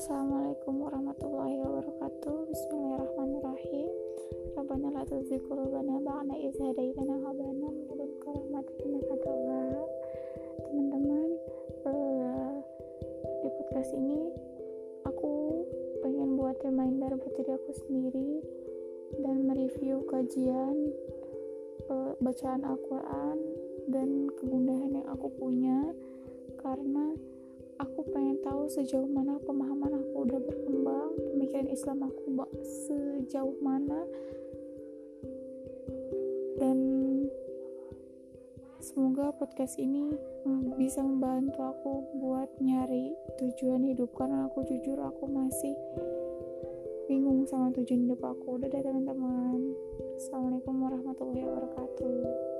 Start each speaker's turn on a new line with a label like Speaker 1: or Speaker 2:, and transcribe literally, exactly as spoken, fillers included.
Speaker 1: Assalamualaikum warahmatullahi wabarakatuh. Bismillahirrahmanirrahim. Rabbana la tuzigh qulubana ba'da idh hadaitana wa hab lana min ladunka rahmatan innaka antal wahhab. Teman-teman, uh, di podcast ini aku pengen buat reminder buat diri aku sendiri dan mereview kajian uh, bacaan Al-Quran dan kegundahan yang aku punya, karena aku pengen tahu sejauh mana pemahaman aku udah berkembang, pemikiran Islam aku sejauh mana, dan semoga podcast ini bisa membantu aku buat nyari tujuan hidup, karena aku jujur aku masih bingung sama tujuan hidup aku. Udah deh teman-teman, Assalamualaikum warahmatullahi wabarakatuh.